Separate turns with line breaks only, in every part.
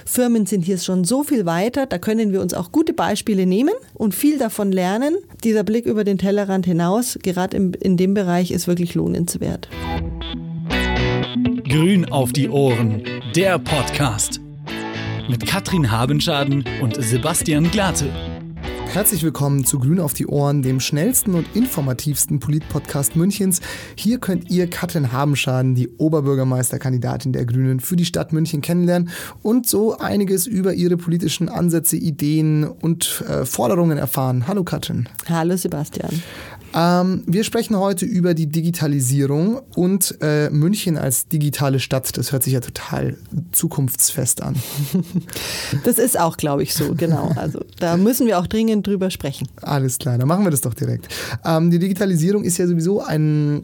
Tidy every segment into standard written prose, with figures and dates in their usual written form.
Firmen sind hier schon so viel weiter, da können wir uns auch gute Beispiele nehmen und viel davon lernen. Dieser Blick über den Tellerrand hinaus, gerade in dem Bereich, ist wirklich lohnenswert.
Grün auf die Ohren, der Podcast. Mit Katrin Habenschaden und Sebastian Glate.
Herzlich willkommen zu Grün auf die Ohren, dem schnellsten und informativsten Polit-Podcast Münchens. Hier könnt ihr Katrin Habenschaden, die Oberbürgermeisterkandidatin der Grünen, für die Stadt München kennenlernen und so einiges über ihre politischen Ansätze, Ideen und Forderungen erfahren. Hallo Katrin.
Hallo Sebastian.
Wir sprechen heute über die Digitalisierung und München als digitale Stadt. Das hört sich ja total zukunftsfest an.
Das ist auch, glaube ich, so, genau. Also da müssen wir auch dringend drüber sprechen.
Alles klar, dann machen wir das doch direkt. Die Digitalisierung ist ja sowieso ein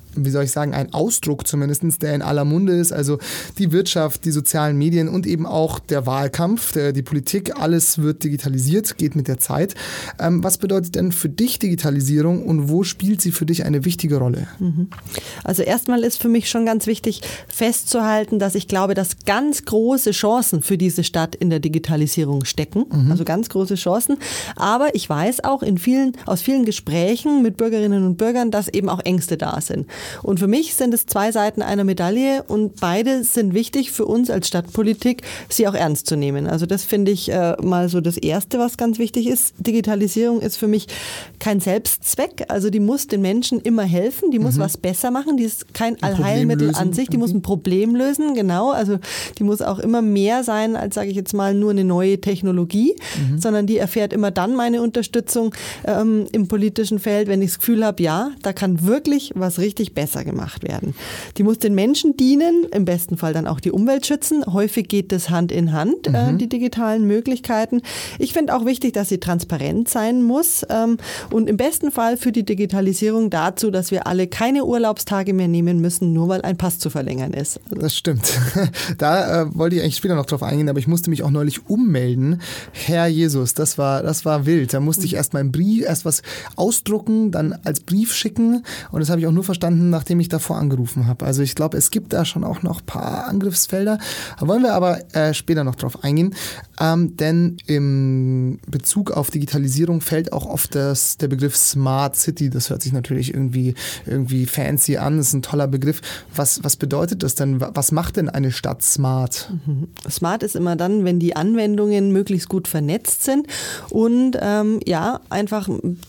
Ausdruck zumindest, der in aller Munde ist. Also die Wirtschaft, die sozialen Medien und eben auch der Wahlkampf, die Politik, alles wird digitalisiert, geht mit der Zeit. Was bedeutet denn für dich Digitalisierung und wo spielt sie für dich eine wichtige Rolle?
Also erstmal ist für mich schon ganz wichtig festzuhalten, dass ich glaube, dass ganz große Chancen für diese Stadt in der Digitalisierung stecken. Also ganz große Chancen. Aber ich weiß auch aus vielen Gesprächen mit Bürgerinnen und Bürgern, dass eben auch Ängste da sind. Und für mich sind es zwei Seiten einer Medaille und beide sind wichtig für uns als Stadtpolitik, sie auch ernst zu nehmen. Also das finde ich mal so das Erste, was ganz wichtig ist. Digitalisierung ist für mich kein Selbstzweck, also die muss den Menschen immer helfen, die muss was besser machen, die ist kein Allheilmittel an sich, die muss ein Problem lösen, genau, also die muss auch immer mehr sein als, sage ich jetzt mal, nur eine neue Technologie, sondern die erfährt immer dann meine Unterstützung im politischen Feld, wenn ich das Gefühl habe, ja, da kann wirklich was richtig besser gemacht werden. Die muss den Menschen dienen, im besten Fall dann auch die Umwelt schützen. Häufig geht das Hand in Hand, die digitalen Möglichkeiten. Ich finde auch wichtig, dass sie transparent sein muss und im besten Fall führt die Digitalisierung dazu, dass wir alle keine Urlaubstage mehr nehmen müssen, nur weil ein Pass zu verlängern ist.
Das stimmt. Da wollte ich eigentlich später noch drauf eingehen, aber ich musste mich auch neulich ummelden. Herr Jesus, das war wild. Da musste ich erst mal erst was ausdrucken, dann als Brief schicken und das habe ich auch nur verstanden, nachdem ich davor angerufen habe. Also ich glaube, es gibt da schon auch noch ein paar Angriffsfelder. Da wollen wir aber später noch drauf eingehen. Denn im Bezug auf Digitalisierung fällt auch oft der Begriff Smart City. Das hört sich natürlich irgendwie fancy an. Das ist ein toller Begriff. Was bedeutet das denn? Was macht denn eine Stadt smart?
Smart ist immer dann, wenn die Anwendungen möglichst gut vernetzt sind und einfach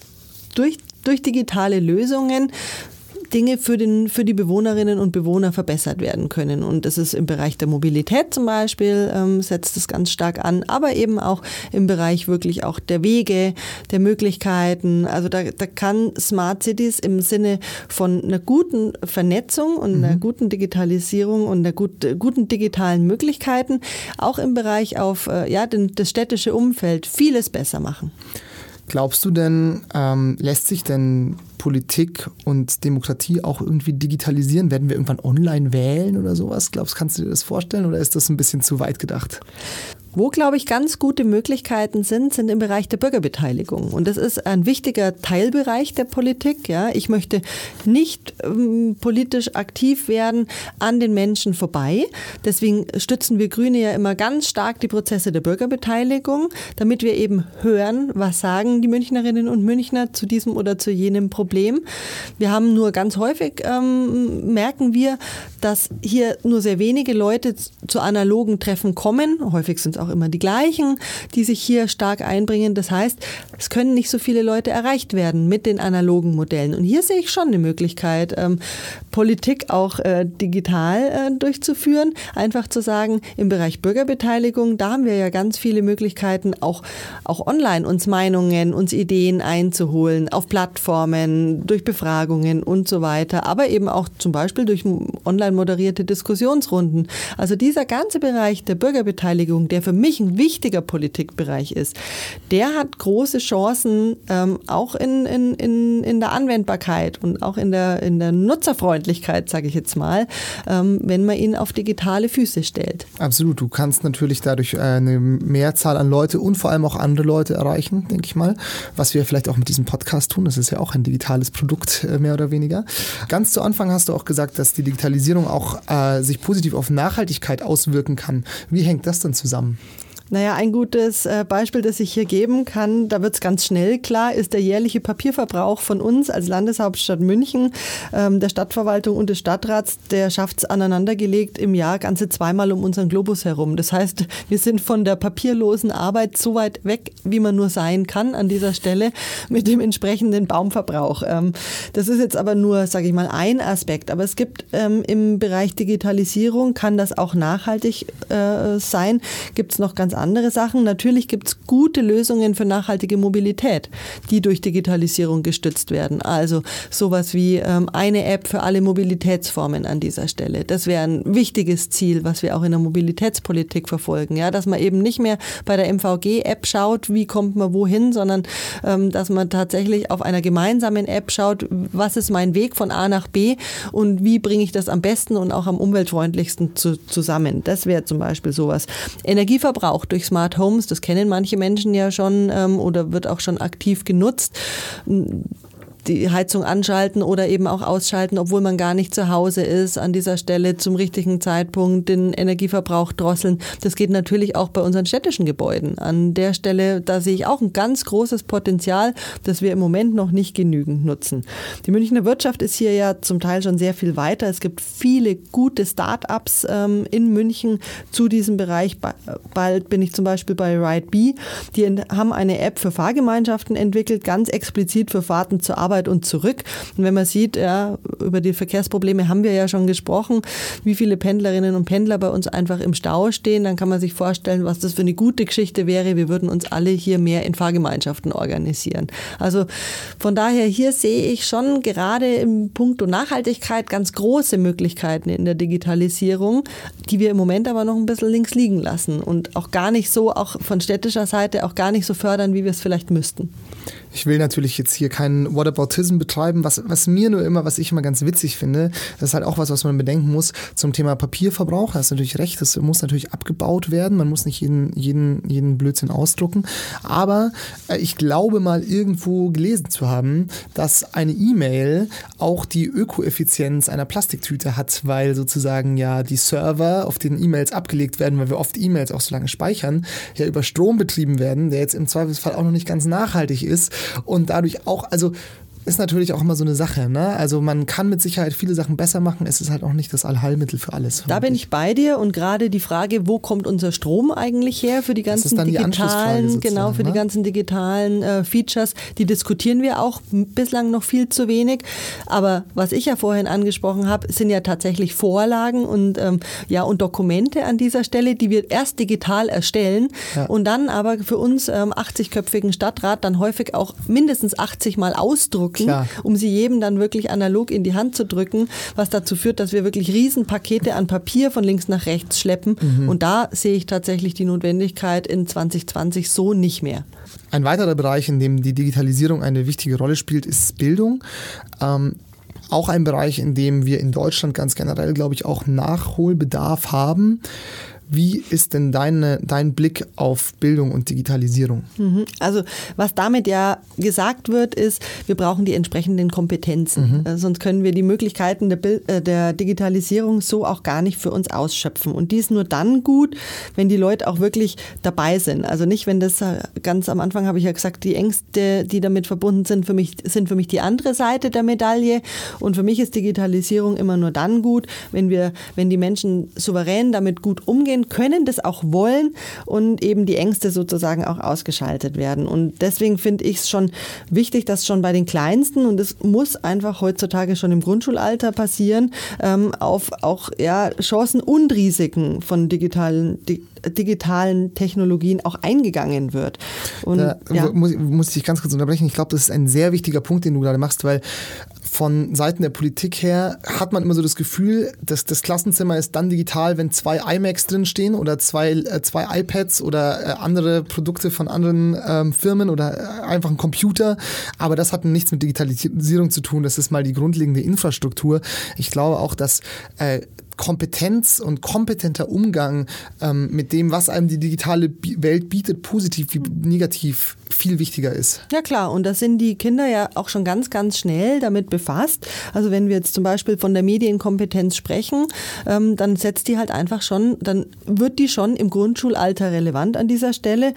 durch digitale Lösungen Dinge für die Bewohnerinnen und Bewohner verbessert werden können. Und das ist im Bereich der Mobilität zum Beispiel, setzt es ganz stark an, aber eben auch im Bereich wirklich auch der Wege, der Möglichkeiten. Also da kann Smart Cities im Sinne von einer guten Vernetzung und einer guten Digitalisierung und einer guten digitalen Möglichkeiten auch im Bereich auf das städtische Umfeld vieles besser machen.
Glaubst du denn, lässt sich denn Politik und Demokratie auch irgendwie digitalisieren? Werden wir irgendwann online wählen oder sowas? Kannst du dir das vorstellen oder ist das ein bisschen zu weit gedacht?
Wo, glaube ich, ganz gute Möglichkeiten sind im Bereich der Bürgerbeteiligung. Und das ist ein wichtiger Teilbereich der Politik. Ja. Ich möchte nicht politisch aktiv werden an den Menschen vorbei. Deswegen stützen wir Grüne ja immer ganz stark die Prozesse der Bürgerbeteiligung, damit wir eben hören, was sagen die Münchnerinnen und Münchner zu diesem oder zu jenem Problem. Wir haben nur ganz häufig, merken wir, dass hier nur sehr wenige Leute zu analogen Treffen kommen. Häufig sind es auch immer die gleichen, die sich hier stark einbringen. Das heißt, es können nicht so viele Leute erreicht werden mit den analogen Modellen. Und hier sehe ich schon eine Möglichkeit, Politik auch digital durchzuführen. Einfach zu sagen, im Bereich Bürgerbeteiligung, da haben wir ja ganz viele Möglichkeiten, auch online uns Meinungen, uns Ideen einzuholen, auf Plattformen, durch Befragungen und so weiter. Aber eben auch zum Beispiel durch online moderierte Diskussionsrunden. Also dieser ganze Bereich der Bürgerbeteiligung, der für mich ein wichtiger Politikbereich ist, der hat große Chancen, auch in der Anwendbarkeit und auch in der Nutzerfreundlichkeit, sage ich jetzt mal, wenn man ihn auf digitale Füße stellt.
Absolut. Du kannst natürlich dadurch eine Mehrzahl an Leute und vor allem auch andere Leute erreichen, denke ich mal, was wir vielleicht auch mit diesem Podcast tun. Das ist ja auch ein digitales digitales Produkt, mehr oder weniger. Ganz zu Anfang hast du auch gesagt, dass die Digitalisierung auch sich positiv auf Nachhaltigkeit auswirken kann. Wie hängt das denn zusammen?
Naja, ein gutes Beispiel, das ich hier geben kann, da wird es ganz schnell klar, ist der jährliche Papierverbrauch von uns als Landeshauptstadt München, der Stadtverwaltung und des Stadtrats, der schafft es aneinandergelegt im Jahr ganze 2-mal um unseren Globus herum. Das heißt, wir sind von der papierlosen Arbeit so weit weg, wie man nur sein kann an dieser Stelle mit dem entsprechenden Baumverbrauch. Das ist jetzt aber nur, sage ich mal, ein Aspekt. Aber es gibt im Bereich Digitalisierung, kann das auch nachhaltig sein, gibt es noch ganz andere Sachen. Natürlich gibt es gute Lösungen für nachhaltige Mobilität, die durch Digitalisierung gestützt werden. Also sowas wie eine App für alle Mobilitätsformen an dieser Stelle. Das wäre ein wichtiges Ziel, was wir auch in der Mobilitätspolitik verfolgen. Ja, dass man eben nicht mehr bei der MVG-App schaut, wie kommt man wohin, sondern dass man tatsächlich auf einer gemeinsamen App schaut, was ist mein Weg von A nach B und wie bringe ich das am besten und auch am umweltfreundlichsten zusammen. Das wäre zum Beispiel sowas. Energieverbrauch durch Smart Homes, das kennen manche Menschen ja schon oder wird auch schon aktiv genutzt. Die Heizung anschalten oder eben auch ausschalten, obwohl man gar nicht zu Hause ist, an dieser Stelle zum richtigen Zeitpunkt den Energieverbrauch drosseln. Das geht natürlich auch bei unseren städtischen Gebäuden. An der Stelle, da sehe ich auch ein ganz großes Potenzial, das wir im Moment noch nicht genügend nutzen. Die Münchner Wirtschaft ist hier ja zum Teil schon sehr viel weiter. Es gibt viele gute Start-ups in München zu diesem Bereich. Bald bin ich zum Beispiel bei RideBee. Die haben eine App für Fahrgemeinschaften entwickelt, ganz explizit für Fahrten zur Arbeit und zurück. Und wenn man sieht, ja, über die Verkehrsprobleme haben wir ja schon gesprochen, wie viele Pendlerinnen und Pendler bei uns einfach im Stau stehen, dann kann man sich vorstellen, was das für eine gute Geschichte wäre. Wir würden uns alle hier mehr in Fahrgemeinschaften organisieren. Also von daher, hier sehe ich schon gerade im Punkto Nachhaltigkeit ganz große Möglichkeiten in der Digitalisierung, die wir im Moment aber noch ein bisschen links liegen lassen und auch gar nicht so, auch von städtischer Seite, auch gar nicht so fördern, wie wir es vielleicht müssten.
Ich will natürlich jetzt hier keinen Whataboutism betreiben, was ich immer ganz witzig finde, das ist halt auch was man bedenken muss zum Thema Papierverbrauch. Da hast du natürlich recht, das muss natürlich abgebaut werden, man muss nicht jeden Blödsinn ausdrucken, aber ich glaube mal irgendwo gelesen zu haben, dass eine E-Mail auch die Ökoeffizienz einer Plastiktüte hat, weil sozusagen ja die Server, auf denen E-Mails abgelegt werden, weil wir oft E-Mails auch so lange speichern, ja über Strom betrieben werden, der jetzt im Zweifelsfall auch noch nicht ganz nachhaltig ist und dadurch auch, also ist natürlich auch immer so eine Sache, ne? Also man kann mit Sicherheit viele Sachen besser machen, es ist halt auch nicht das Allheilmittel für alles.
Da bin ich bei dir und gerade die Frage, wo kommt unser Strom eigentlich her für die ganzen digitalen, genau, für die ganzen digitalen Features, die diskutieren wir auch bislang noch viel zu wenig. Aber was ich ja vorhin angesprochen habe, sind ja tatsächlich Vorlagen und und Dokumente an dieser Stelle, die wir erst digital erstellen und dann aber für uns 80-köpfigen Stadtrat dann häufig auch mindestens 80 Mal ausdrucken. Klar. Um sie jedem dann wirklich analog in die Hand zu drücken, was dazu führt, dass wir wirklich Riesenpakete an Papier von links nach rechts schleppen. Und da sehe ich tatsächlich die Notwendigkeit in 2020 so nicht mehr.
Ein weiterer Bereich, in dem die Digitalisierung eine wichtige Rolle spielt, ist Bildung. Auch ein Bereich, in dem wir in Deutschland ganz generell, glaube ich, auch Nachholbedarf haben. Wie ist denn dein Blick auf Bildung und Digitalisierung?
Also was damit ja gesagt wird, ist, wir brauchen die entsprechenden Kompetenzen. Sonst können wir die Möglichkeiten der Digitalisierung so auch gar nicht für uns ausschöpfen. Und die ist nur dann gut, wenn die Leute auch wirklich dabei sind. Also nicht, wenn das ganz am Anfang habe ich ja gesagt, die Ängste, die damit verbunden sind für mich die andere Seite der Medaille. Und für mich ist Digitalisierung immer nur dann gut, wenn die Menschen souverän damit gut umgehen können, das auch wollen und eben die Ängste sozusagen auch ausgeschaltet werden. Und deswegen finde ich es schon wichtig, dass schon bei den Kleinsten, und es muss einfach heutzutage schon im Grundschulalter passieren, auf auch Chancen und Risiken von digitalen Technologien auch eingegangen wird. Und,
muss ich dich ganz kurz unterbrechen. Ich glaube, das ist ein sehr wichtiger Punkt, den du gerade machst, weil von Seiten der Politik her hat man immer so das Gefühl, dass das Klassenzimmer ist dann digital, wenn 2 iMacs drinstehen oder zwei iPads oder andere Produkte von anderen Firmen oder einfach ein Computer. Aber das hat nichts mit Digitalisierung zu tun. Das ist mal die grundlegende Infrastruktur. Ich glaube auch, dass Kompetenz und kompetenter Umgang mit dem, was einem die digitale Welt bietet, positiv wie negativ, viel wichtiger ist.
Ja klar, und da sind die Kinder ja auch schon ganz, ganz schnell damit befasst. Also wenn wir jetzt zum Beispiel von der Medienkompetenz sprechen, dann setzt die halt einfach schon, dann wird die schon im Grundschulalter relevant an dieser Stelle.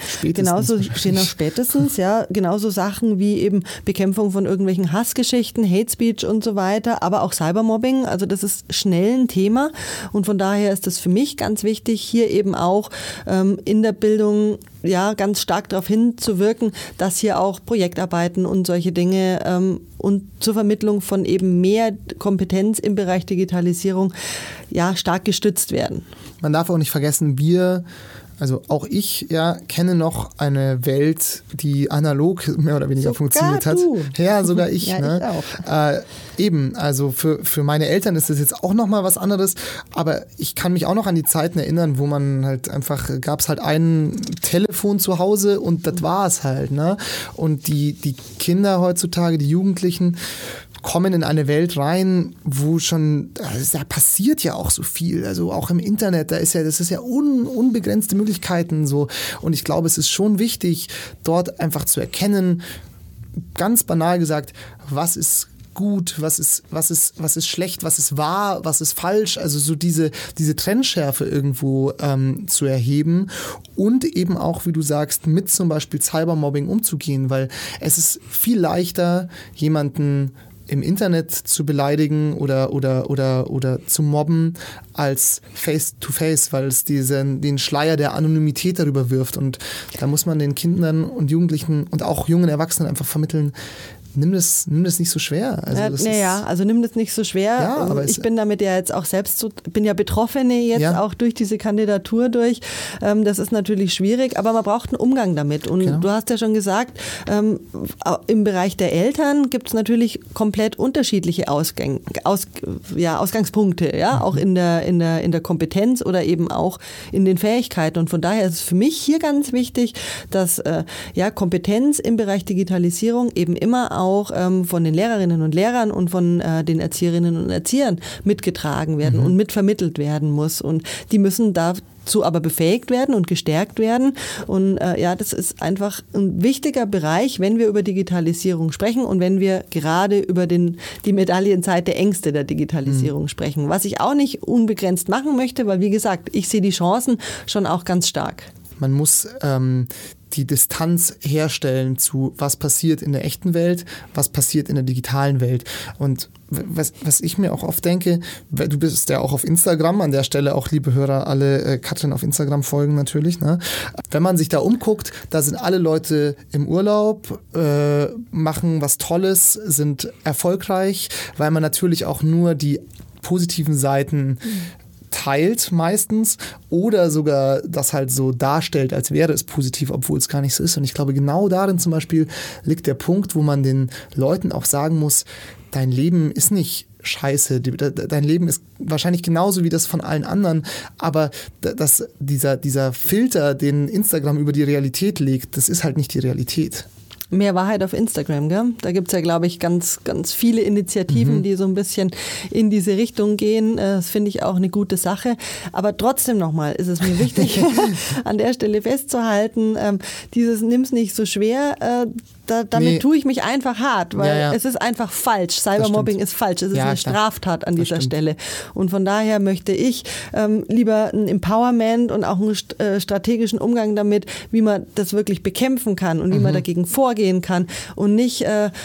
Spätestens, ja. Genauso Sachen wie eben Bekämpfung von irgendwelchen Hassgeschichten, Hate Speech und so weiter, aber auch Cybermobbing. Also das ist schnell ein Thema und von daher ist es für mich ganz wichtig, hier eben auch in der Bildung ganz stark darauf hinzuwirken, dass hier auch Projektarbeiten und solche Dinge und zur Vermittlung von eben mehr Kompetenz im Bereich Digitalisierung stark gestützt werden.
Man darf auch nicht vergessen, also auch ich kenne noch eine Welt, die analog mehr oder weniger funktioniert hat. Ja, sogar ich.
Ja,
ne?
ich auch.
Eben, also für meine Eltern ist das jetzt auch nochmal was anderes, aber ich kann mich auch noch an die Zeiten erinnern, wo man halt einfach, gab es halt ein Telefon zu Hause und das war es halt. Ne? Und die Kinder heutzutage, die Jugendlichen, kommen in eine Welt rein, wo schon, da passiert ja auch so viel, also auch im Internet, das ist ja unbegrenzte Möglichkeiten so und ich glaube, es ist schon wichtig, dort einfach zu erkennen, ganz banal gesagt, was ist gut, was ist schlecht, was ist wahr, was ist falsch, also so diese Trennschärfe irgendwo zu erheben und eben auch, wie du sagst, mit zum Beispiel Cybermobbing umzugehen, weil es ist viel leichter, jemanden im Internet zu beleidigen oder zu mobben als face-to-face, weil es den Schleier der Anonymität darüber wirft. Und da muss man den Kindern und Jugendlichen und auch jungen Erwachsenen einfach vermitteln, nimm das nicht so schwer.
Also nimm das nicht so schwer.
Ja, aber
ich bin damit ja jetzt auch selbst bin ja Betroffene jetzt auch durch diese Kandidatur durch. Das ist natürlich schwierig, aber man braucht einen Umgang damit. Und du hast ja schon gesagt, im Bereich der Eltern gibt es natürlich komplett unterschiedliche Ausgangspunkte, auch in der Kompetenz oder eben auch in den Fähigkeiten. Und von daher ist es für mich hier ganz wichtig, dass Kompetenz im Bereich Digitalisierung eben immer auch von den Lehrerinnen und Lehrern und von den Erzieherinnen und Erziehern mitgetragen werden und mitvermittelt werden muss. Und die müssen dazu aber befähigt werden und gestärkt werden. Und das ist einfach ein wichtiger Bereich, wenn wir über Digitalisierung sprechen und wenn wir gerade über die Medaillenseite Ängste der Digitalisierung sprechen. Was ich auch nicht unbegrenzt machen möchte, weil wie gesagt, ich sehe die Chancen schon auch ganz stark.
Man muss die Distanz herstellen zu, was passiert in der echten Welt, was passiert in der digitalen Welt. Und was ich mir auch oft denke, du bist ja auch auf Instagram, an der Stelle auch, liebe Hörer, alle Katrin auf Instagram folgen natürlich. Ne? Wenn man sich da umguckt, da sind alle Leute im Urlaub, machen was Tolles, sind erfolgreich, weil man natürlich auch nur die positiven Seiten teilt meistens oder sogar das halt so darstellt, als wäre es positiv, obwohl es gar nicht so ist. Und ich glaube, genau darin zum Beispiel liegt der Punkt, wo man den Leuten auch sagen muss, dein Leben ist nicht scheiße, dein Leben ist wahrscheinlich genauso wie das von allen anderen, aber dieser Filter, den Instagram über die Realität legt, das ist halt nicht die Realität.
Mehr Wahrheit auf Instagram, gell? Da gibt es ja, glaube ich, ganz, ganz viele Initiativen, die so ein bisschen in diese Richtung gehen. Das finde ich auch eine gute Sache. Aber trotzdem nochmal ist es mir wichtig, an der Stelle festzuhalten, nimm's nicht so schwer, damit tue ich mich einfach hart, weil es ist einfach falsch. Cybermobbing ist falsch. Es ist eine Straftat an dieser Stelle. Und von daher möchte ich lieber ein Empowerment und auch einen strategischen Umgang damit, wie man das wirklich bekämpfen kann und wie man dagegen vorgehen kann. Und nicht,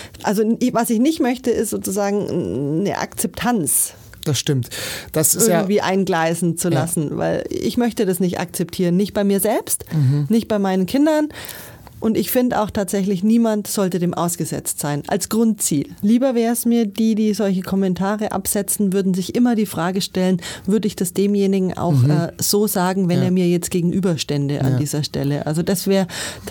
was ich nicht möchte, ist sozusagen eine Akzeptanz.
Das stimmt. Das ist
irgendwie eingleisen zu lassen, weil ich möchte das nicht akzeptieren. Nicht bei mir selbst, nicht bei meinen Kindern. Und ich finde auch tatsächlich, niemand sollte dem ausgesetzt sein, als Grundziel. Lieber wäre es mir, die solche Kommentare absetzen, würden sich immer die Frage stellen, würde ich das demjenigen auch so sagen, wenn er mir jetzt gegenüberstände an dieser Stelle. Also das wäre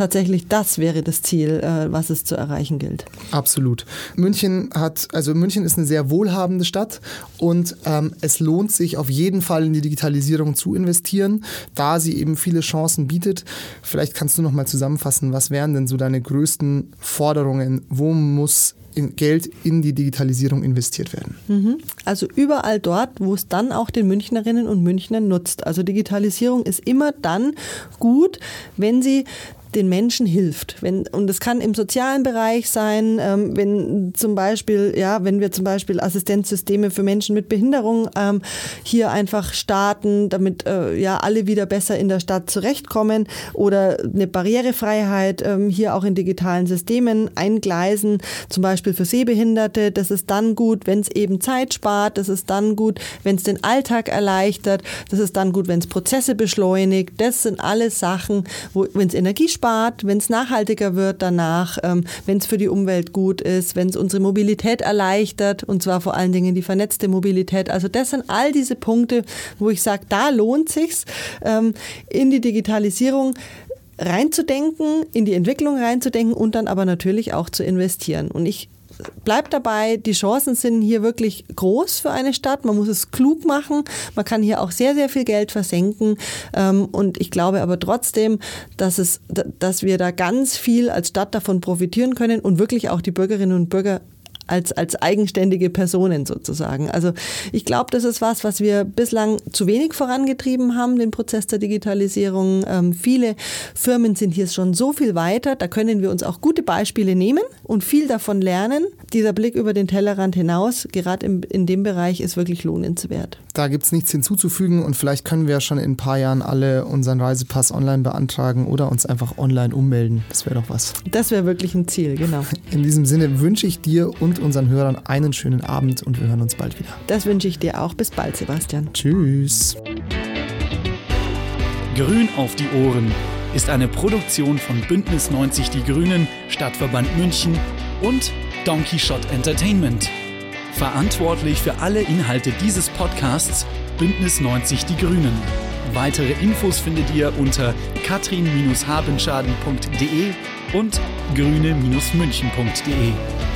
das Ziel, was es zu erreichen gilt.
Absolut. München ist eine sehr wohlhabende Stadt und es lohnt sich auf jeden Fall in die Digitalisierung zu investieren, da sie eben viele Chancen bietet. Vielleicht kannst du noch mal zusammenfassen, was was wären denn so deine größten Forderungen? Wo muss Geld in die Digitalisierung investiert werden?
Also überall dort, wo es dann auch den Münchnerinnen und Münchnern nutzt. Also Digitalisierung ist immer dann gut, wenn sie den Menschen hilft. Und das kann im sozialen Bereich sein, wenn wir zum Beispiel Assistenzsysteme für Menschen mit Behinderung hier einfach starten, damit alle wieder besser in der Stadt zurechtkommen, oder eine Barrierefreiheit hier auch in digitalen Systemen eingleisen, zum Beispiel für Sehbehinderte. Das ist dann gut, wenn es eben Zeit spart. Das ist dann gut, wenn es den Alltag erleichtert. Das ist dann gut, wenn es Prozesse beschleunigt. Das sind alles Sachen, wenn es Energie spart, wenn es nachhaltiger wird danach, wenn es für die Umwelt gut ist, wenn es unsere Mobilität erleichtert, und zwar vor allen Dingen die vernetzte Mobilität. Also das sind all diese Punkte, wo ich sage, da lohnt es sich, in die Digitalisierung reinzudenken, in die Entwicklung reinzudenken und dann aber natürlich auch zu investieren. Und ich bleibe dabei, die Chancen sind hier wirklich groß für eine Stadt. Man muss es klug machen. Man kann hier auch sehr, sehr viel Geld versenken. Und ich glaube aber trotzdem, dass wir da ganz viel als Stadt davon profitieren können und wirklich auch die Bürgerinnen und Bürger als eigenständige Personen sozusagen. Also ich glaube, das ist was wir bislang zu wenig vorangetrieben haben, den Prozess der Digitalisierung. Viele Firmen sind hier schon so viel weiter, da können wir uns auch gute Beispiele nehmen und viel davon lernen. Dieser Blick über den Tellerrand hinaus, gerade in dem Bereich, ist wirklich lohnenswert.
Da gibt es nichts hinzuzufügen und vielleicht können wir schon in ein paar Jahren alle unseren Reisepass online beantragen oder uns einfach online ummelden. Das wäre doch was.
Das wäre wirklich ein Ziel, genau.
In diesem Sinne wünsche ich dir und unseren Hörern einen schönen Abend und wir hören uns bald wieder.
Das wünsche ich dir auch. Bis bald, Sebastian.
Tschüss.
Grün auf die Ohren ist eine Produktion von Bündnis 90 Die Grünen, Stadtverband München und Don Quixote Entertainment. Verantwortlich für alle Inhalte dieses Podcasts Bündnis 90 Die Grünen. Weitere Infos findet ihr unter katrin-habenschaden.de und grüne-münchen.de.